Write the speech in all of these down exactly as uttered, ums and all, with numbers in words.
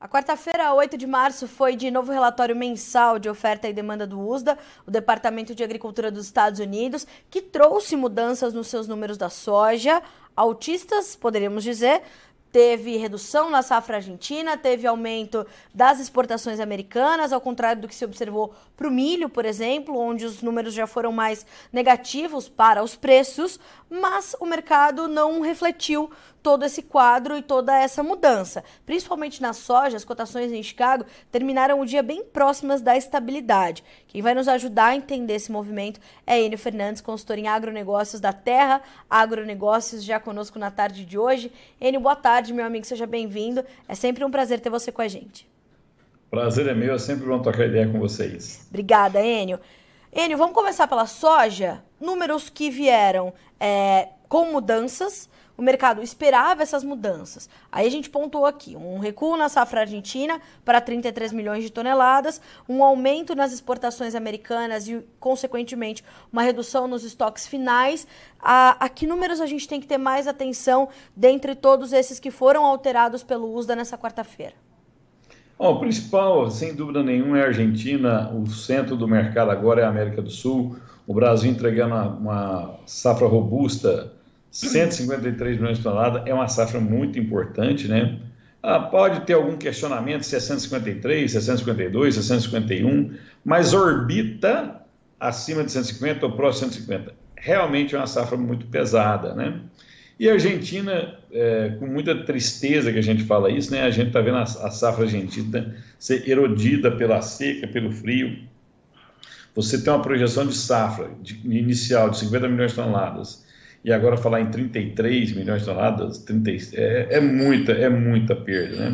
A quarta-feira, oito de março, foi de novo relatório mensal de oferta e demanda do U S D A, o Departamento de Agricultura dos Estados Unidos, que trouxe mudanças nos seus números da soja, altistas, poderíamos dizer. Teve redução na safra argentina, teve aumento das exportações americanas, ao contrário do que se observou para o milho, por exemplo, onde os números já foram mais negativos para os preços, mas o mercado não refletiu todo esse quadro e toda essa mudança. Principalmente na soja, as cotações em Chicago terminaram o dia bem próximas da estabilidade. Quem vai nos ajudar a entender esse movimento é Enio Fernandes, consultor em agronegócios da Terra Agronegócios, já conosco na tarde de hoje. Enio, boa tarde, meu amigo, seja bem-vindo. É sempre um prazer ter você com a gente. Prazer é meu, é sempre bom trocar ideia com vocês. Obrigada, Enio. Enio, vamos começar pela soja. Números que vieram é, com mudanças. O mercado esperava essas mudanças. Aí a gente pontuou aqui um recuo na safra argentina para trinta e três milhões de toneladas, um aumento nas exportações americanas e, consequentemente, uma redução nos estoques finais. A, a que números a gente tem que ter mais atenção dentre todos esses que foram alterados pelo U S D A nessa quarta-feira? Bom, o principal, sem dúvida nenhuma, é a Argentina. O centro do mercado agora é a América do Sul. O Brasil entregando uma, uma safra robusta, cento e cinquenta e três milhões de toneladas, é uma safra muito importante, né? Ah, pode ter algum questionamento se é cento e cinquenta e três, se é cento e cinquenta e dois, se é cento e cinquenta e um, mas orbita acima de cento e cinquenta ou próximo de cento e cinquenta. Realmente é uma safra muito pesada, né? E a Argentina, é, com muita tristeza que a gente fala isso, né? A gente está vendo a, a safra argentina ser erodida pela seca, pelo frio. Você tem uma projeção de safra de, inicial de cinquenta milhões de toneladas, e agora falar em trinta e três milhões de toneladas, trinta, é, é muita, é muita perda, né?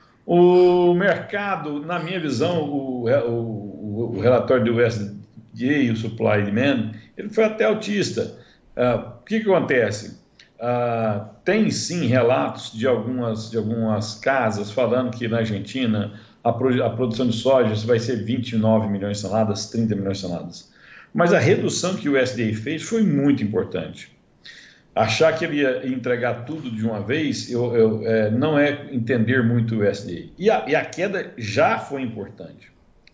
O mercado, na minha visão, o, o, o relatório do U S D A, o Supply and Demand, ele foi até altista. Uh, o que, que acontece? Uh, tem sim relatos de algumas, de algumas casas falando que na Argentina a, pro, a produção de soja vai ser vinte e nove milhões de toneladas, trinta milhões de toneladas. Mas a redução que o U S D A fez foi muito importante. Achar que ele ia entregar tudo de uma vez eu, eu, é, não é entender muito o U S D A. E a, e a queda já foi importante.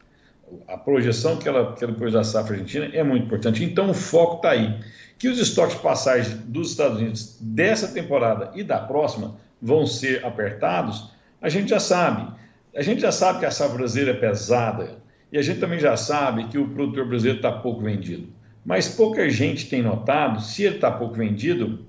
A projeção que ela, que ela pôs da safra argentina é muito importante. Então, o foco está aí. Que os estoques de passagem dos Estados Unidos dessa temporada e da próxima vão ser apertados, a gente já sabe. A gente já sabe que a safra brasileira é pesada e a gente também já sabe que o produtor brasileiro está pouco vendido. Mas pouca gente tem notado, se ele está pouco vendido,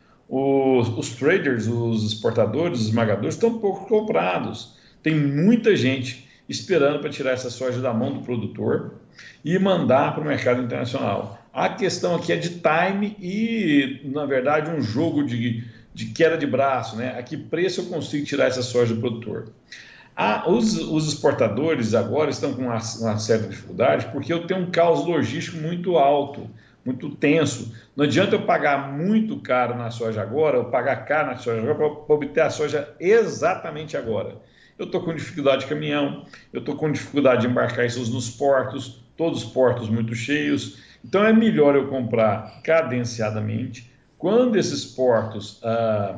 os, os traders, os exportadores, os esmagadores estão pouco comprados. Tem muita gente esperando para tirar essa soja da mão do produtor e mandar para o mercado internacional. A questão aqui é de time e, na verdade, um jogo de, de queda de braço, né? A que preço eu consigo tirar essa soja do produtor? Ah, os, os exportadores agora estão com uma, uma certa dificuldade porque eu tenho um caos logístico muito alto, muito tenso. Não adianta eu pagar muito caro na soja agora, ou pagar caro na soja agora para obter a soja exatamente agora. Eu estou com dificuldade de caminhão, eu estou com dificuldade de embarcar isso nos portos, todos os portos muito cheios. Então é melhor eu comprar cadenciadamente. Quando esses portos ah,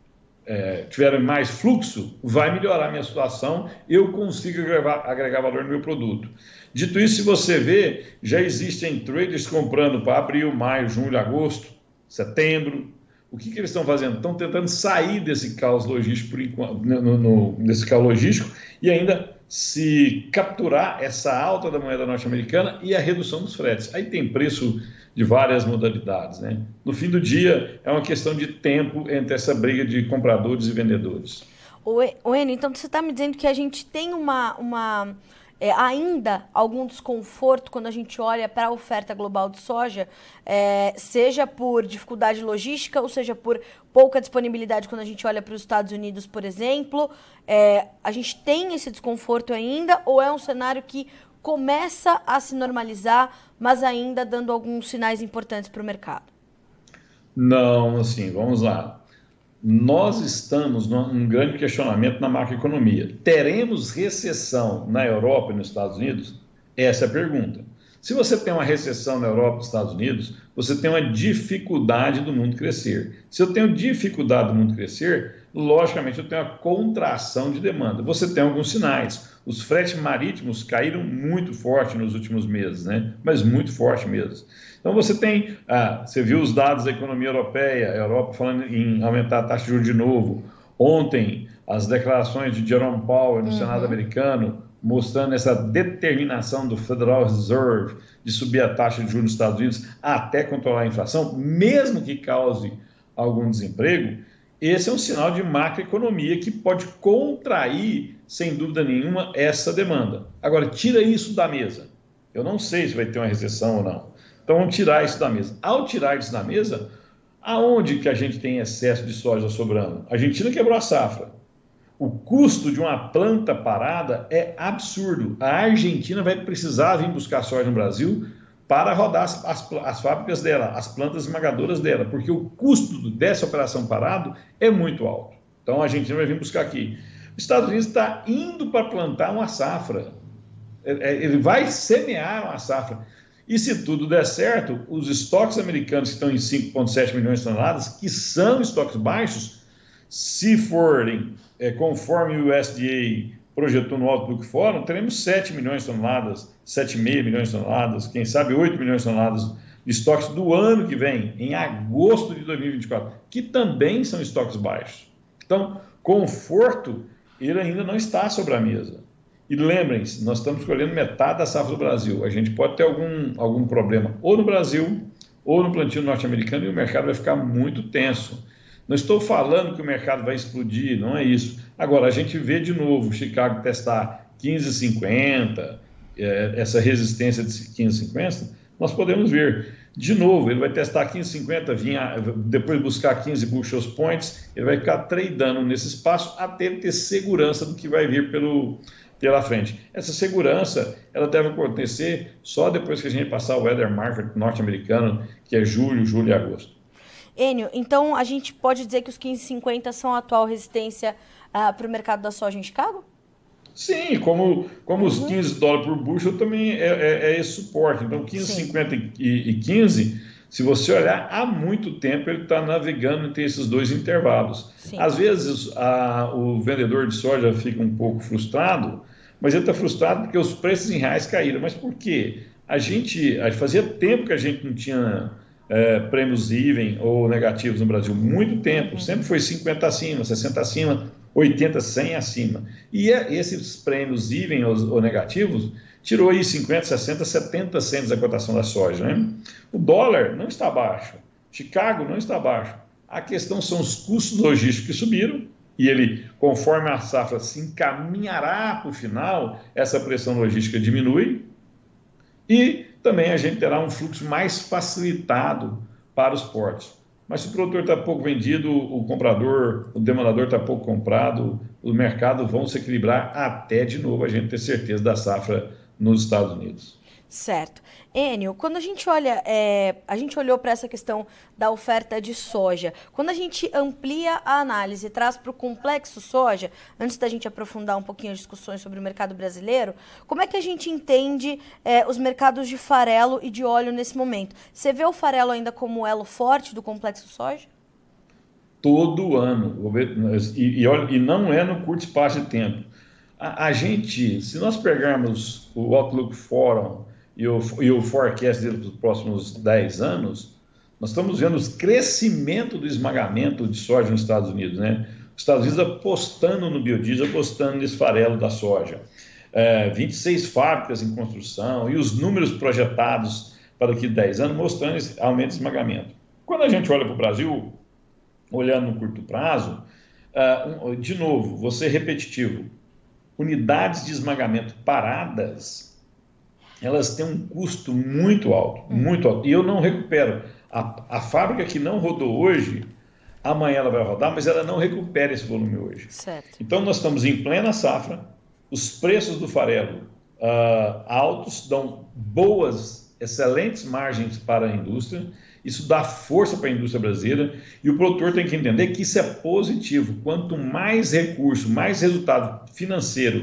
é, tiverem mais fluxo, vai melhorar a minha situação, eu consigo agregar, agregar valor no meu produto. Dito isso, se você vê, já existem traders comprando para abril, maio, junho, agosto, setembro. O que, que eles estão fazendo? Estão tentando sair desse caos logístico, por enquanto, no, no, desse caos logístico e ainda se capturar essa alta da moeda norte-americana e a redução dos fretes. Aí tem preço de várias modalidades, né? No fim do dia, é uma questão de tempo entre essa briga de compradores e vendedores. O Enio, então você está me dizendo que a gente tem uma... uma... É, ainda algum desconforto quando a gente olha para a oferta global de soja, é, seja por dificuldade logística ou seja por pouca disponibilidade quando a gente olha para os Estados Unidos, por exemplo. É, a gente tem esse desconforto ainda ou é um cenário que começa a se normalizar, mas ainda dando alguns sinais importantes para o mercado? Não, assim, vamos lá. Nós estamos num grande questionamento na macroeconomia. Teremos recessão na Europa e nos Estados Unidos? Essa é a pergunta. Se você tem uma recessão na Europa e nos Estados Unidos, você tem uma dificuldade do mundo crescer. Se eu tenho dificuldade do mundo crescer, logicamente eu tenho uma contração de demanda. Você tem alguns sinais. Os fretes marítimos caíram muito forte nos últimos meses, né? Mas muito forte mesmo. Então você tem, ah, você viu os dados da economia europeia, a Europa falando em aumentar a taxa de juros de novo. Ontem, as declarações de Jerome Powell no uhum. Senado americano, mostrando essa determinação do Federal Reserve de subir a taxa de juros nos Estados Unidos até controlar a inflação, mesmo que cause algum desemprego. Esse é um sinal de macroeconomia que pode contrair, sem dúvida nenhuma, essa demanda. Agora, tira isso da mesa. Eu não sei se vai ter uma recessão ou não. Então, vamos tirar isso da mesa. Ao tirar isso da mesa, aonde que a gente tem excesso de soja sobrando? A Argentina quebrou a safra. O custo de uma planta parada é absurdo. A Argentina vai precisar vir buscar soja no Brasil para rodar as, as, as fábricas dela, as plantas esmagadoras dela, porque o custo dessa operação parado é muito alto. Então a Argentina vai vir buscar aqui. Os Estados Unidos está indo para plantar uma safra. Ele vai semear uma safra. E se tudo der certo, os estoques americanos que estão em cinco vírgula sete milhões de toneladas, que são estoques baixos, se forem é, conforme o U S D A projetou no Outlook Forum, teremos sete milhões de toneladas, sete vírgula cinco milhões de toneladas, quem sabe oito milhões de toneladas de estoques do ano que vem, em agosto de dois mil e vinte e quatro, que também são estoques baixos. Então, conforto, ele ainda não está sobre a mesa. E lembrem-se, nós estamos escolhendo metade da safra do Brasil. A gente pode ter algum, algum problema ou no Brasil, ou no plantio norte-americano, e o mercado vai ficar muito tenso. Não estou falando que o mercado vai explodir, não é isso. Agora, a gente vê de novo o Chicago testar quinze vírgula cinquenta, é, essa resistência de quinze vírgula cinquenta, nós podemos ver. De novo, ele vai testar quinze vírgula cinquenta, vinha, depois buscar quinze bushel points, ele vai ficar tradando nesse espaço até ele ter segurança do que vai vir pelo, pela frente. Essa segurança, ela deve acontecer só depois que a gente passar o weather market norte-americano, que é julho, julho e agosto. Enio, então a gente pode dizer que os quinze vírgula cinquenta são a atual resistência uh, para o mercado da soja em Chicago? Sim, como, como uhum. os quinze dólares por bushel também é, é, é esse suporte. Então, quinze vírgula cinquenta e, e quinze, se você olhar, há muito tempo ele está navegando entre esses dois intervalos. Sim. Às vezes a, o vendedor de soja fica um pouco frustrado, mas ele está frustrado porque os preços em reais caíram. Mas por quê? A gente, a, fazia tempo que a gente não tinha... É, prêmios even ou negativos no Brasil, muito tempo, uhum. sempre foi cinquenta acima, sessenta acima, oitenta, cem acima. E é, esses prêmios even ou, ou negativos tirou aí cinquenta, sessenta, setenta centos da cotação da soja. Né? O dólar não está baixo, Chicago não está baixo. A questão são os custos logísticos que subiram, e ele, conforme a safra se encaminhará para o final, essa pressão logística diminui, e também a gente terá um fluxo mais facilitado para os portos. Mas se o produtor está pouco vendido, o comprador, o demandador está pouco comprado, o mercado vão se equilibrar até, de novo, a gente ter certeza da safra nos Estados Unidos. Certo. Enio, quando a gente olha, é, a gente olhou para essa questão da oferta de soja, quando a gente amplia a análise e traz para o complexo soja, antes da gente aprofundar um pouquinho as discussões sobre o mercado brasileiro, como é que a gente entende é, os mercados de farelo e de óleo nesse momento? Você vê o farelo ainda como elo forte do complexo soja? Todo ano, e, e, olha, e não é no curto espaço de tempo. A, a gente, se nós pegarmos o Outlook Forum e o, e o forecast dele para os próximos dez anos, nós estamos vendo o crescimento do esmagamento de soja nos Estados Unidos, né? Os Estados Unidos apostando no biodiesel, apostando nesse farelo da soja. É, vinte e seis fábricas em construção e os números projetados para daqui a dez anos mostrando esse aumento de esmagamento. Quando a gente olha para o Brasil, olhando no curto prazo, uh, de novo, vou ser repetitivo, unidades de esmagamento paradas, elas têm um custo muito alto, muito alto, e eu não recupero. A, a fábrica que não rodou hoje, amanhã ela vai rodar, mas ela não recupera esse volume hoje. Certo. Então nós estamos em plena safra, os preços do farelo uh, altos, dão boas, excelentes margens para a indústria, isso dá força para a indústria brasileira, e o produtor tem que entender que isso é positivo. Quanto mais recurso, mais resultado financeiro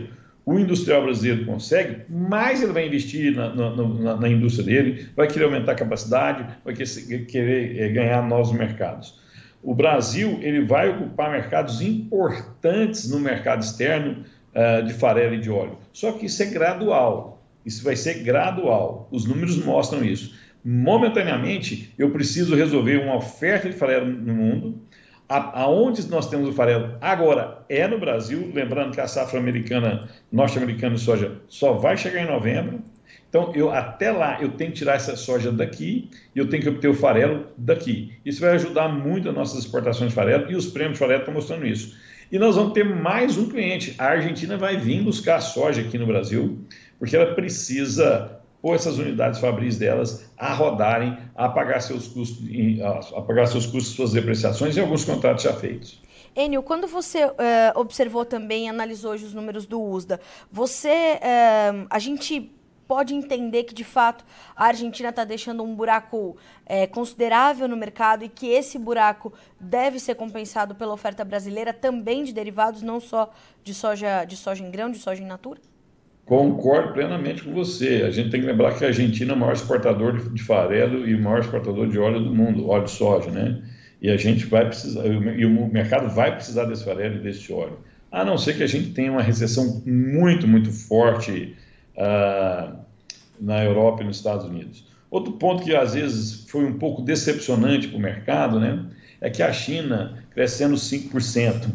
o industrial brasileiro consegue, mais ele vai investir na, na, na, na indústria dele, vai querer aumentar a capacidade, vai querer é, ganhar novos mercados. O Brasil ele vai ocupar mercados importantes no mercado externo uh, de farelo e de óleo. Só que isso é gradual, isso vai ser gradual, os números mostram isso. Momentaneamente, eu preciso resolver uma oferta de farelo no mundo. Aonde nós temos o farelo agora é no Brasil, lembrando que a safra americana, norte-americana de soja só vai chegar em novembro. Então, eu, até lá, eu tenho que tirar essa soja daqui e eu tenho que obter o farelo daqui. Isso vai ajudar muito as nossas exportações de farelo e os prêmios de farelo estão mostrando isso. E nós vamos ter mais um cliente. A Argentina vai vir buscar soja aqui no Brasil, porque ela precisa pôr essas unidades fabris delas a rodarem, a pagar seus custos, a pagar seus custos, suas depreciações e alguns contratos já feitos. Enio, quando você uh, observou também, analisou hoje os números do U S D A, você, uh, a gente pode entender que, de fato, a Argentina está deixando um buraco é, considerável no mercado e que esse buraco deve ser compensado pela oferta brasileira também de derivados, não só de soja, de soja em grão, de soja in natura? Concordo plenamente com você. A gente tem que lembrar que a Argentina é o maior exportador de farelo e o maior exportador de óleo do mundo, óleo de soja, né? E a gente vai precisar, e o mercado vai precisar desse farelo e desse óleo. A não ser que a gente tenha uma recessão muito, muito forte uh, na Europa e nos Estados Unidos. Outro ponto que às vezes foi um pouco decepcionante para o mercado, né? É que a China crescendo cinco por cento.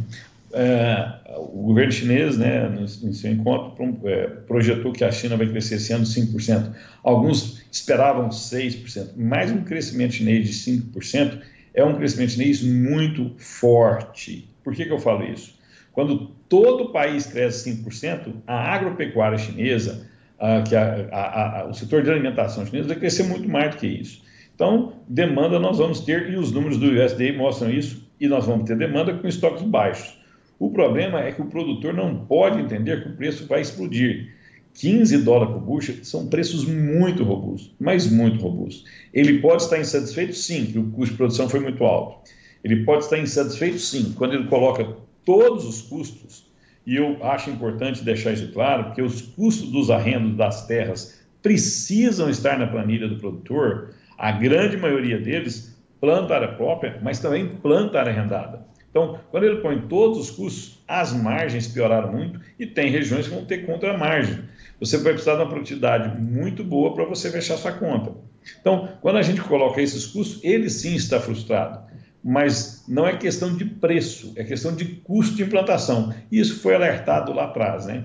É, o governo chinês, né, no, no seu encontro, é, projetou que a China vai crescer esse ano cinco por cento. Alguns esperavam seis por cento. Mais um crescimento chinês de cinco por cento é um crescimento chinês muito forte. Por que que eu falo isso? Quando todo o país cresce cinco por cento, a agropecuária chinesa, a, que a, a, a, o setor de alimentação chinês vai crescer muito mais do que isso. Então, demanda nós vamos ter, e os números do U S D A mostram isso, e nós vamos ter demanda com estoques baixos. O problema é que o produtor não pode entender que o preço vai explodir. quinze dólares por bushel são preços muito robustos, mas muito robustos. Ele pode estar insatisfeito, sim, que o custo de produção foi muito alto. Ele pode estar insatisfeito, sim, quando ele coloca todos os custos, e eu acho importante deixar isso claro, porque os custos dos arrendos das terras precisam estar na planilha do produtor, a grande maioria deles planta área própria, mas também planta área arrendada. Então, quando ele põe todos os custos, as margens pioraram muito e tem regiões que vão ter contra a margem. Você vai precisar de uma produtividade muito boa para você fechar sua conta. Então, quando a gente coloca esses custos, ele sim está frustrado. Mas não é questão de preço, é questão de custo de implantação. E isso foi alertado lá atrás, né?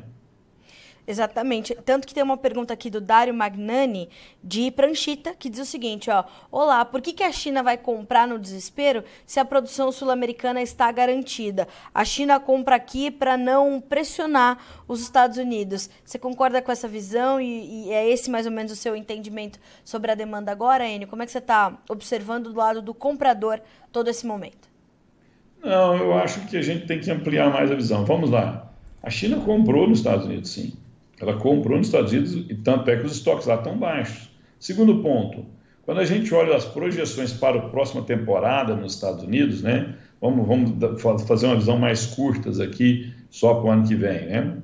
Exatamente. Tanto que tem uma pergunta aqui do Dário Magnani, de Pranchita, que diz o seguinte, ó. Olá, por que que a China vai comprar no desespero se a produção sul-americana está garantida? A China compra aqui para não pressionar os Estados Unidos. Você concorda com essa visão e, e é esse mais ou menos o seu entendimento sobre a demanda agora, Enio? Como é que você está observando do lado do comprador todo esse momento? Não, eu acho que a gente tem que ampliar mais a visão. Vamos lá. A China comprou nos Estados Unidos, sim. Ela comprou nos Estados Unidos e tanto é que os estoques lá estão baixos. Segundo ponto, quando a gente olha as projeções para a próxima temporada nos Estados Unidos, né, vamos, vamos fazer uma visão mais curta aqui, só para o ano que vem. Né?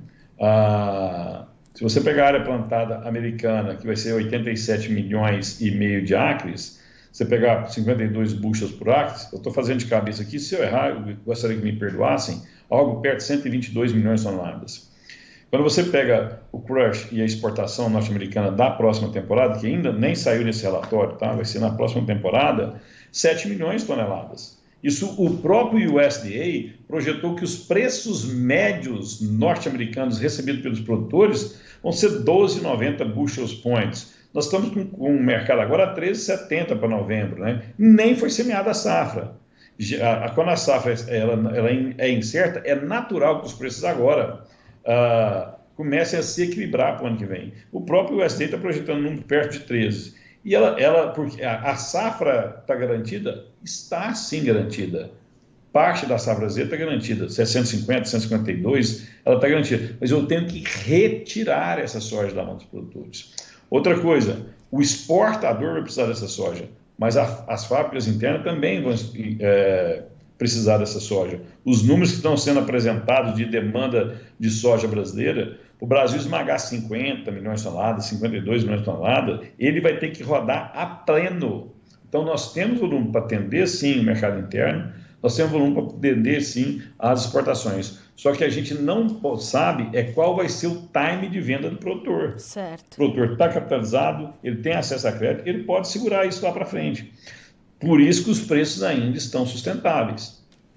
Ah, se você pegar a área plantada americana, que vai ser oitenta e sete milhões e meio de acres, você pegar cinquenta e dois bushels por acre, eu estou fazendo de cabeça aqui, se eu errar, eu gostaria que me perdoassem, algo perto de cento e vinte e dois milhões de toneladas. Quando você pega o crush e a exportação norte-americana da próxima temporada, que ainda nem saiu nesse relatório, tá? Vai ser na próxima temporada, sete milhões de toneladas. Isso o próprio U S D A projetou que os preços médios norte-americanos recebidos pelos produtores vão ser doze vírgula noventa bushels points. Nós estamos com, com o mercado agora a treze vírgula setenta para novembro, né? Nem foi semeada a safra. A, a, quando a safra ela, ela é incerta, é natural que os preços agora Uh, comecem a se equilibrar para o ano que vem. O próprio U S D A está projetando um número perto de treze. E ela, ela porque a, a safra está garantida? Está sim garantida. Parte da safra brasileira está garantida. setecentos e cinquenta, cento e cinquenta e dois, ela está garantida. Mas eu tenho que retirar essa soja da mão dos produtores. Outra coisa, o exportador vai precisar dessa soja, mas a, as fábricas internas também vão é, precisar dessa soja. Os números que estão sendo apresentados de demanda de soja brasileira o Brasil esmagar cinquenta milhões de toneladas, cinquenta e dois milhões de toneladas, ele vai ter que rodar a pleno. Então, nós temos volume para atender, sim, o mercado interno, nós temos volume para atender, sim, as exportações. Só que a gente não sabe é qual vai ser o time de venda do produtor. Certo. O produtor está capitalizado, ele tem acesso a crédito, ele pode segurar isso lá para frente. Por isso que os preços ainda estão sustentáveis.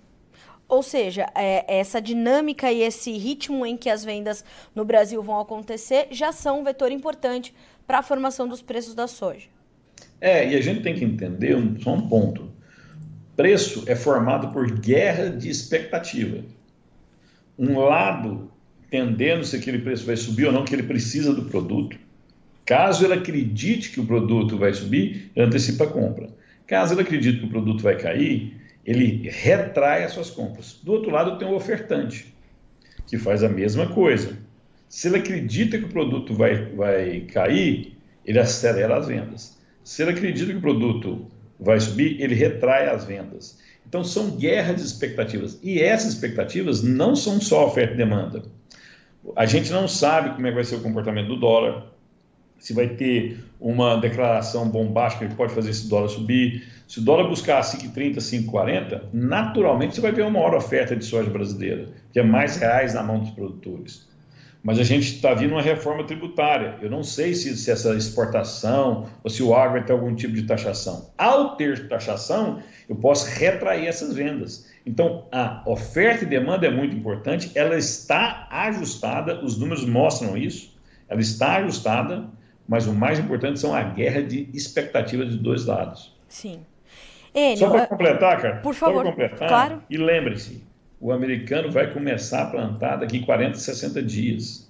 Ou seja, é, essa dinâmica e esse ritmo em que as vendas no Brasil vão acontecer já são um vetor importante para a formação dos preços da soja. É, e a gente tem que entender um, só um ponto. Preço é formado por guerra de expectativa. Um lado entendendo se aquele preço vai subir ou não, que ele precisa do produto. Caso ele acredite que o produto vai subir, ele antecipa a compra. Caso ele acredite que o produto vai cair, ele retrai as suas compras. Do outro lado tem o ofertante, que faz a mesma coisa. Se ele acredita que o produto vai, vai cair, ele acelera as vendas. Se ele acredita que o produto vai subir, ele retrai as vendas. Então são guerras de expectativas. E essas expectativas não são só oferta e demanda. A gente não sabe como é que vai ser o comportamento do dólar, se vai ter uma declaração bombástica que pode fazer esse dólar subir. Se o dólar buscar cinco e trinta, cinco e quarenta, naturalmente você vai ver uma maior oferta de soja brasileira, que é mais reais na mão dos produtores. Mas a gente está vindo uma reforma tributária. Eu não sei se, se essa exportação ou se o agro vai ter algum tipo de taxação. Ao ter taxação, eu posso retrair essas vendas. Então, a oferta e demanda é muito importante, ela está ajustada, os números mostram isso, ela está ajustada, mas o mais importante são a guerra de expectativas dos dois lados. Sim. Enio, Só para completar, cara, por favor, só para completar, claro. E lembre-se, o americano vai começar a plantar daqui quarenta, sessenta dias.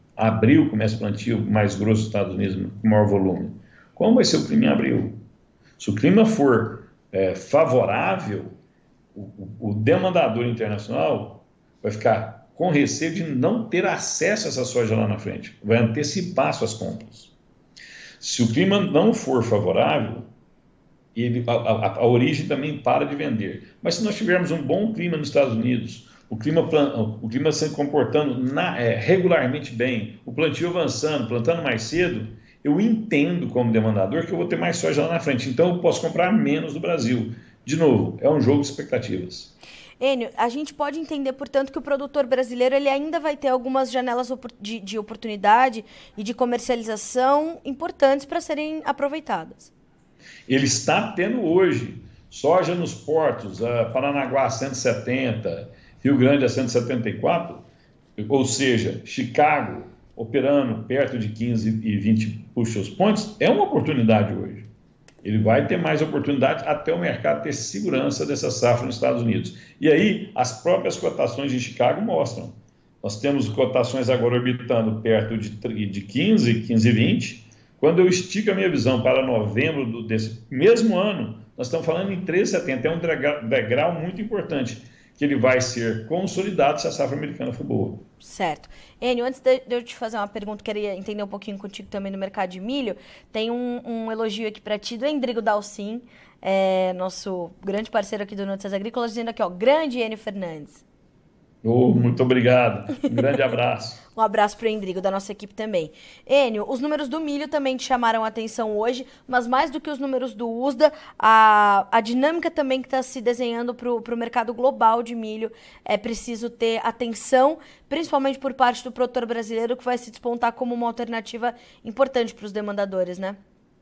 Abril começa o plantio mais grosso dos Estados Unidos, com maior volume. Como vai ser o clima em abril? Se o clima for é, favorável, o, o demandador internacional vai ficar com receio de não ter acesso a essa soja lá na frente. Vai antecipar suas compras. Se o clima não for favorável, ele, a, a, a origem também para de vender. Mas se nós tivermos um bom clima nos Estados Unidos, o clima, o clima se comportando na, é, regularmente bem, o plantio avançando, plantando mais cedo, eu entendo como demandador que eu vou ter mais soja lá na frente. Então eu posso comprar menos do Brasil. De novo, é um jogo de expectativas. Enio, a gente pode entender, portanto, que o produtor brasileiro ele ainda vai ter algumas janelas de, de oportunidade e de comercialização importantes para serem aproveitadas. Ele está tendo hoje soja nos portos, a Paranaguá a cento e setenta, Rio Grande a cento e setenta e quatro, ou seja, Chicago operando perto de quinze e vinte bushel points, é uma oportunidade hoje. Ele vai ter mais oportunidade até o mercado ter segurança dessa safra nos Estados Unidos. E aí, as próprias cotações de Chicago mostram. Nós temos cotações agora orbitando perto de, de quinze, quinze e vinte. Quando eu estico a minha visão para novembro do, desse mesmo ano, nós estamos falando em treze e setenta. É um degrau, degrau muito importante, que ele vai ser consolidado se a safra americana for boa. Certo. Enio, antes de eu te fazer uma pergunta, queria entender um pouquinho contigo também no mercado de milho. Tem um, um elogio aqui para ti do Endrigo Dalcin, é, nosso grande parceiro aqui do Notícias Agrícolas, dizendo aqui, ó, grande Enio Fernandes. Oh, muito obrigado. Um grande abraço. Um abraço para o Endrigo, da nossa equipe também. Enio, os números do milho também te chamaram a atenção hoje, mas mais do que os números do U S D A, a, a dinâmica também que está se desenhando para o mercado global de milho é preciso ter atenção, principalmente por parte do produtor brasileiro, que vai se despontar como uma alternativa importante para os demandadores, né?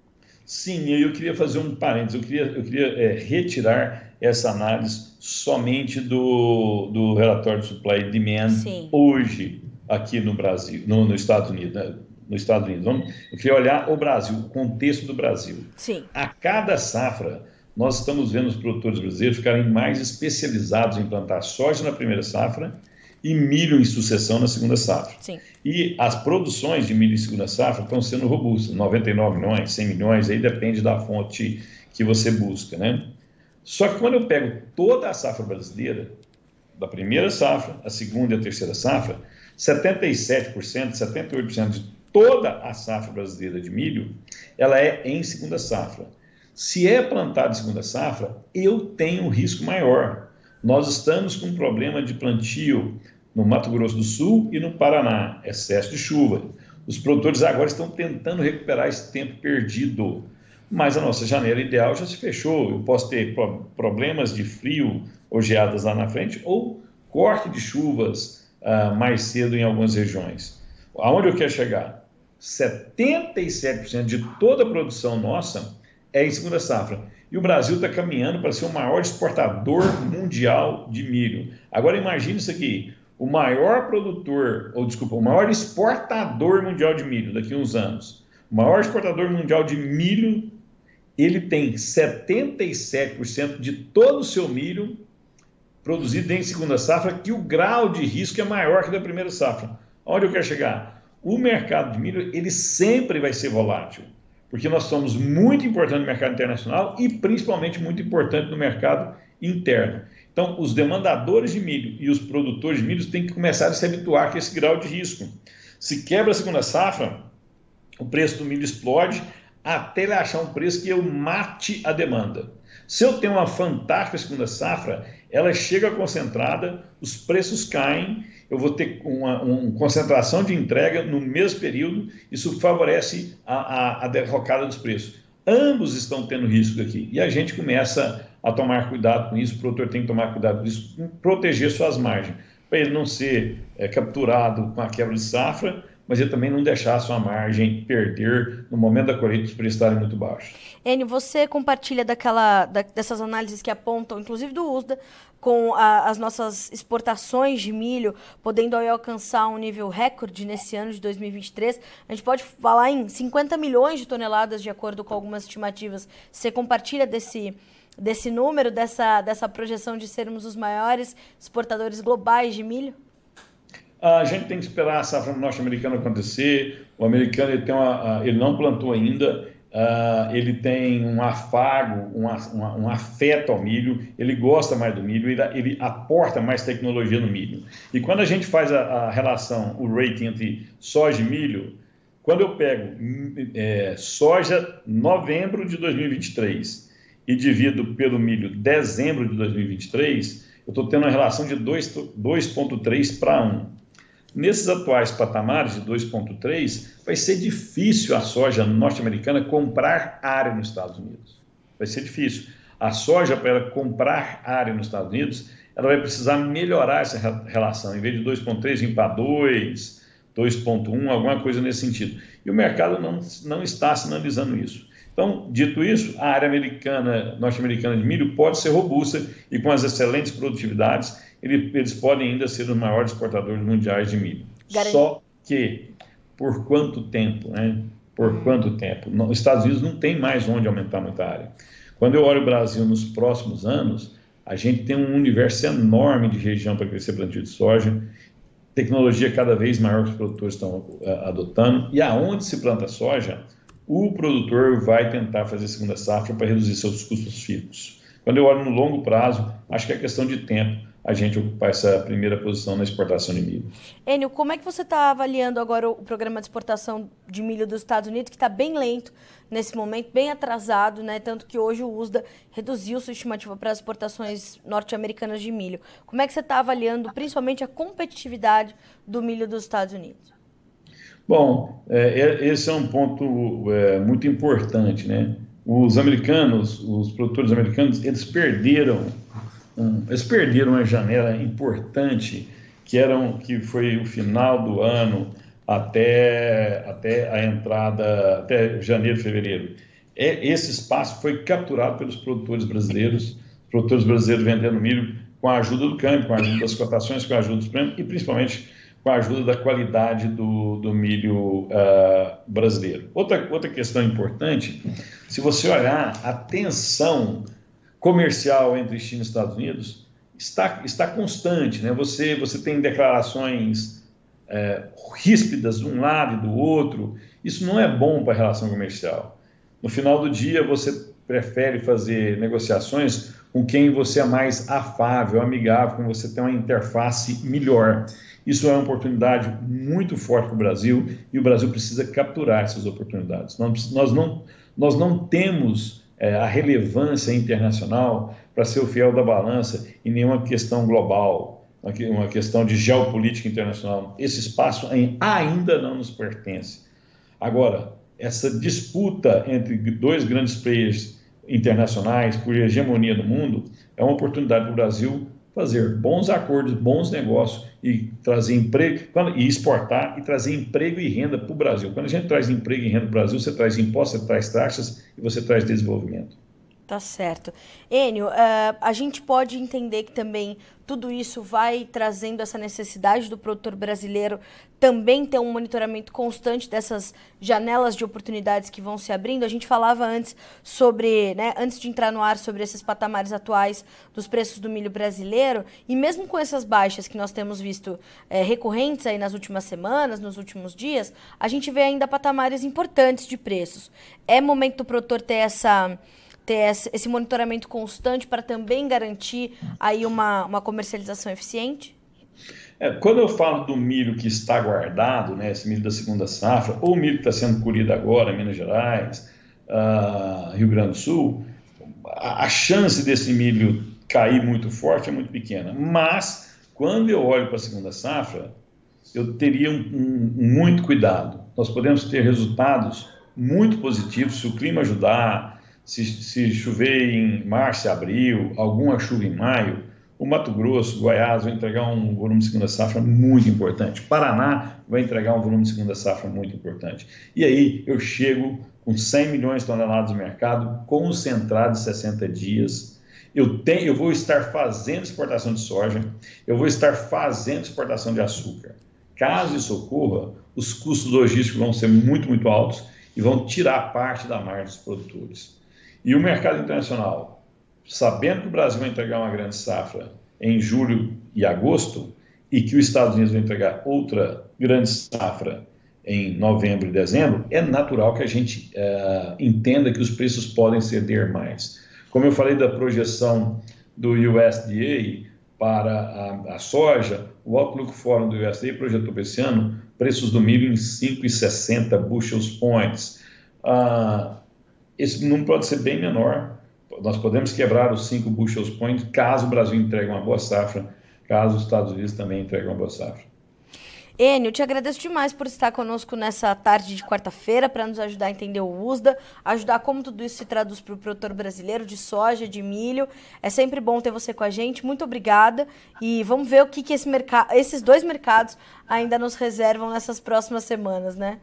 Sim, eu queria fazer um parênteses, eu queria, eu queria é, retirar essa análise somente do, do relatório de Supply and Demand Sim. hoje aqui no Brasil, no, no Estados Unidos, né? no Estados Unidos. Vamos, eu queria olhar o Brasil, o contexto do Brasil. Sim. A cada safra, nós estamos vendo os produtores brasileiros ficarem mais especializados em plantar soja na primeira safra e milho em sucessão na segunda safra. Sim. E as produções de milho em segunda safra estão sendo robustas, noventa e nove milhões, cem milhões, aí depende da fonte que você busca, né? Só que quando eu pego toda a safra brasileira, da primeira safra, a segunda e a terceira safra, setenta e sete por cento, setenta e oito por cento de toda a safra brasileira de milho, ela é em segunda safra. Se é plantado em segunda safra, eu tenho um risco maior. Nós estamos com um problema de plantio no Mato Grosso do Sul e no Paraná, excesso de chuva. Os produtores agora estão tentando recuperar esse tempo perdido, mas a nossa janela ideal já se fechou. Eu posso ter problemas de frio ou geadas lá na frente, ou corte de chuvas uh, mais cedo em algumas regiões. Aonde eu quero chegar? setenta e sete por cento de toda a produção nossa é em segunda safra. E o Brasil está caminhando para ser o maior exportador mundial de milho. Agora imagine isso aqui, o maior produtor, ou desculpa, o maior exportador mundial de milho daqui a uns anos. O maior exportador mundial de milho, ele tem setenta e sete por cento de todo o seu milho produzido em segunda safra, que o grau de risco é maior que da primeira safra. Onde eu quero chegar? O mercado de milho, ele sempre vai ser volátil, porque nós somos muito importantes no mercado internacional e principalmente muito importante no mercado interno. Então, os demandadores de milho e os produtores de milho têm que começar a se habituar com esse grau de risco. Se quebra a segunda safra, o preço do milho explode até ele achar um preço que eu mate a demanda. Se eu tenho uma fantástica segunda safra, ela chega concentrada, os preços caem, eu vou ter uma, uma concentração de entrega no mesmo período, isso favorece a, a, a derrocada dos preços. Ambos estão tendo risco aqui e a gente começa a tomar cuidado com isso, o produtor tem que tomar cuidado com isso, proteger suas margens, para ele não ser é, capturado com a quebra de safra, mas ele também não deixar a sua margem perder no momento da colheita, os preços estarem muito baixos. Enio, você compartilha daquela, da, dessas análises que apontam, inclusive do U S D A, com a, as nossas exportações de milho, podendo aí alcançar um nível recorde nesse ano de dois mil e vinte e três. A gente pode falar em cinquenta milhões de toneladas, de acordo com algumas estimativas. Você compartilha desse, desse número, dessa, dessa projeção de sermos os maiores exportadores globais de milho? A gente tem que esperar a safra norte-americana acontecer. O americano ele tem uma, ele não plantou ainda, uh, ele tem um afago, um, um, um afeto ao milho, ele gosta mais do milho, ele, ele aporta mais tecnologia no milho. E quando a gente faz a, a relação, o rating entre soja e milho, quando eu pego é, soja novembro de dois mil e vinte e três e divido pelo milho dezembro de dois mil e vinte e três, eu estou tendo uma relação de dois vírgula três para um. Nesses atuais patamares de dois vírgula três, vai ser difícil a soja norte-americana comprar área nos Estados Unidos. Vai ser difícil. A soja, para ela comprar área nos Estados Unidos, ela vai precisar melhorar essa relação. Em vez de dois vírgula três, vir para dois, dois vírgula um, alguma coisa nesse sentido. E o mercado não, não está sinalizando isso. Então, dito isso, a área americana, norte-americana de milho pode ser robusta e com as excelentes produtividades, ele, eles podem ainda ser os maiores exportadores mundiais de milho. Garantia. Só que, por quanto tempo, né? Por quanto tempo? Os Estados Unidos não tem mais onde aumentar muita área. Quando eu olho o Brasil nos próximos anos, a gente tem um universo enorme de região para crescer plantio de soja, tecnologia cada vez maior que os produtores estão uh, adotando, e aonde se planta soja, o produtor vai tentar fazer segunda safra para reduzir seus custos fixos. Quando eu olho no longo prazo, acho que é questão de tempo a gente ocupar essa primeira posição na exportação de milho. Enio, como é que você está avaliando agora o programa de exportação de milho dos Estados Unidos, que está bem lento nesse momento, bem atrasado, né? Tanto que hoje o U S D A reduziu sua estimativa para as exportações norte-americanas de milho. Como é que você está avaliando, principalmente, a competitividade do milho dos Estados Unidos? Bom, é, esse é um ponto é, muito importante, né? Os americanos, os produtores americanos, eles perderam, um, eles perderam uma janela importante, que, eram, que foi o final do ano até, até a entrada, até janeiro, fevereiro. É, esse espaço foi capturado pelos produtores brasileiros, os produtores brasileiros vendendo milho com a ajuda do câmbio, com a ajuda das cotações, com a ajuda dos prêmios e principalmente com a ajuda da qualidade do, do milho uh, brasileiro. Outra, outra questão importante, se você olhar a tensão comercial entre China e Estados Unidos, está, está constante, né? Você, você tem declarações é, ríspidas de um lado e do outro, isso não é bom para a relação comercial. No final do dia, você prefere fazer negociações com quem você é mais afável, amigável, com você tem uma interface melhor. Isso é uma oportunidade muito forte para o Brasil e o Brasil precisa capturar essas oportunidades. Nós, nós, não, nós não temos é, a relevância internacional para ser o fiel da balança em nenhuma questão global. uma questão de geopolítica internacional. Esse espaço ainda não nos pertence. Agora, essa disputa entre dois grandes players internacionais por hegemonia no mundo é uma oportunidade para o Brasil fazer bons acordos, bons negócios e trazer emprego, e exportar e trazer emprego e renda para o Brasil. Quando a gente traz emprego e renda para o Brasil, você traz impostos, você traz taxas e você traz desenvolvimento. Tá certo. Enio, uh, a gente pode entender que também tudo isso vai trazendo essa necessidade do produtor brasileiro também ter um monitoramento constante dessas janelas de oportunidades que vão se abrindo. A gente falava antes sobre, né, antes de entrar no ar, sobre esses patamares atuais dos preços do milho brasileiro, e mesmo com essas baixas que nós temos visto é, recorrentes aí nas últimas semanas, nos últimos dias, a gente vê ainda patamares importantes de preços. É momento do produtor ter essa... ter esse monitoramento constante para também garantir aí uma, uma comercialização eficiente? É, quando eu falo do milho que está guardado, né, esse milho da segunda safra, ou o milho que está sendo colhido agora em Minas Gerais, uh, Rio Grande do Sul, a, a chance desse milho cair muito forte é muito pequena. Mas, quando eu olho para a segunda safra, eu teria um, um, muito cuidado. Nós podemos ter resultados muito positivos se o clima ajudar. Se, se chover em março, abril, alguma chuva em maio, o Mato Grosso, Goiás vai entregar um volume de segunda safra muito importante. Paraná vai entregar um volume de segunda safra muito importante. E aí eu chego com cem milhões de toneladas no mercado, concentrado em sessenta dias. Eu, tenho, eu vou estar fazendo exportação de soja, eu vou estar fazendo exportação de açúcar. Caso isso ocorra, os custos logísticos vão ser muito, muito altos e vão tirar parte da margem dos produtores. E o mercado internacional, sabendo que o Brasil vai entregar uma grande safra em julho e agosto, e que os Estados Unidos vai entregar outra grande safra em novembro e dezembro, é natural que a gente uh, entenda que os preços podem ceder mais. Como eu falei da projeção do U S D A para a, a soja, o Outlook Forum do U S D A projetou para esse ano preços do milho em cinco vírgula sessenta bushels points. Uh, Esse número pode ser bem menor. Nós podemos quebrar os cinco bushels points caso o Brasil entregue uma boa safra, caso os Estados Unidos também entreguem uma boa safra. Enio, eu te agradeço demais por estar conosco nessa tarde de quarta-feira para nos ajudar a entender o U S D A, ajudar como tudo isso se traduz para o produtor brasileiro de soja, de milho. É sempre bom ter você com a gente. Muito obrigada e vamos ver o que, que esse mercado, esses dois mercados ainda nos reservam nessas próximas semanas, né?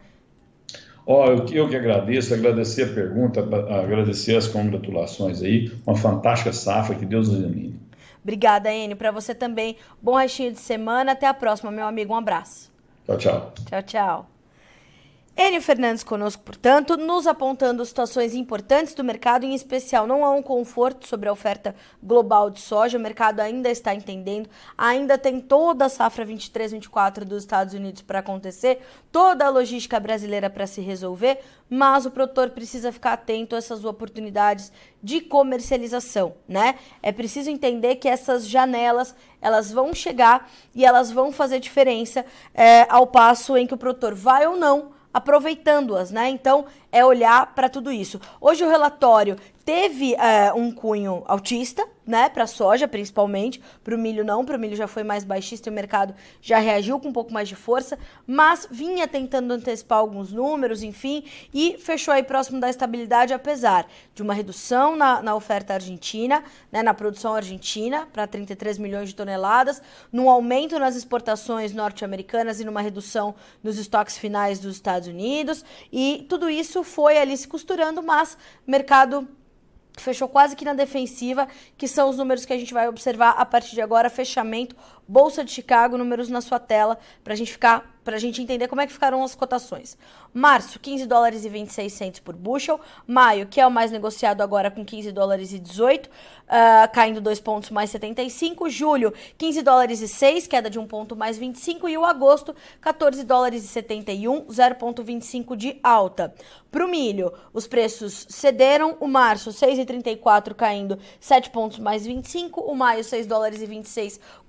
Oh, eu, eu que agradeço, agradecer a pergunta, agradecer as congratulações aí, uma fantástica safra, que Deus nos ilumine. Obrigada, Enio, para você também. Bom restinho de semana, até a próxima, meu amigo, um abraço. Tchau, tchau. Tchau, tchau. Enio Fernandes conosco, portanto, nos apontando situações importantes do mercado, em especial não há um conforto sobre a oferta global de soja, o mercado ainda está entendendo, ainda tem toda a safra vinte e três, vinte e quatro dos Estados Unidos para acontecer, toda a logística brasileira para se resolver, mas o produtor precisa ficar atento a essas oportunidades de comercialização, né? É preciso entender que essas janelas, elas vão chegar e elas vão fazer diferença é, ao passo em que o produtor vai ou não aproveitando-as, né? Então, é olhar para tudo isso. Hoje o relatório teve é, um cunho altista, né, para a soja principalmente, para o milho não, para o milho já foi mais baixista e o mercado já reagiu com um pouco mais de força, mas vinha tentando antecipar alguns números, enfim, e fechou aí próximo da estabilidade, apesar de uma redução na, na oferta argentina, né, na produção argentina, para trinta e três milhões de toneladas, num aumento nas exportações norte-americanas e numa redução nos estoques finais dos Estados Unidos, e tudo isso foi ali se costurando, mas o mercado fechou quase que na defensiva, que são os números que a gente vai observar a partir de agora, fechamento, Bolsa de Chicago, números na sua tela, para a gente ficar, para a gente entender como é que ficaram as cotações. Março, quinze dólares e vinte e seis centos por bushel. Maio, que é o mais negociado agora, com quinze dólares e dezoito, uh, caindo dois pontos mais setenta e cinco. Julho, quinze dólares e seis, queda de um ponto mais vinte e cinco. E o agosto, quatorze dólares e setenta e um, zero ponto vinte e cinco de alta. Para o milho, os preços cederam. O março, seis e trinta e quatro, caindo sete pontos mais vinte e cinco. O maio, seis dólares e vinte e seis, com oito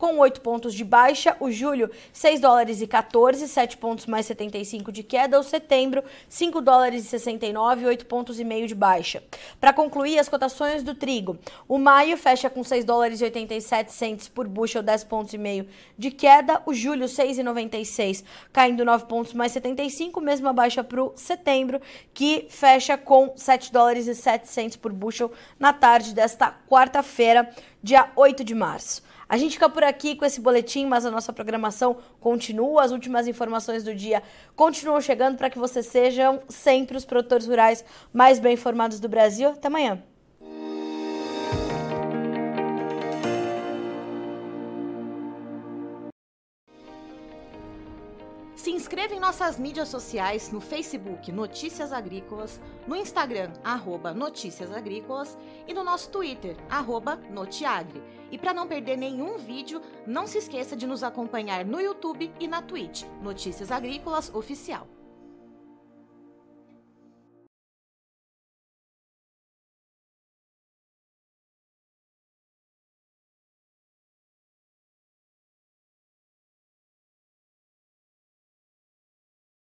pontos de baixa. O julho, seis dólares e quatorze, sete pontos mais setenta e cinco de queda. O setembro, cinco dólares e sessenta e nove, oito pontos e meio de baixa. Para concluir, as cotações do trigo. O maio fecha com seis dólares e oitenta e sete centos por bushel, dez pontos e meio de queda. O julho, seis reais e noventa e seis, caindo nove pontos mais setenta e cinco, mesma baixa para o setembro, que fecha com sete dólares e sete centos por bushel na tarde desta quarta-feira, dia oito de março. A gente fica por aqui com esse boletim, mas a nossa programação continua, as últimas informações do dia continuam chegando para que vocês sejam sempre os produtores rurais mais bem informados do Brasil. Até amanhã. Se inscreva em nossas mídias sociais, no Facebook Notícias Agrícolas, no Instagram, arroba Notícias Agrícolas e no nosso Twitter, arroba Notiagre. E para não perder nenhum vídeo, não se esqueça de nos acompanhar no YouTube e na Twitch, Notícias Agrícolas Oficial.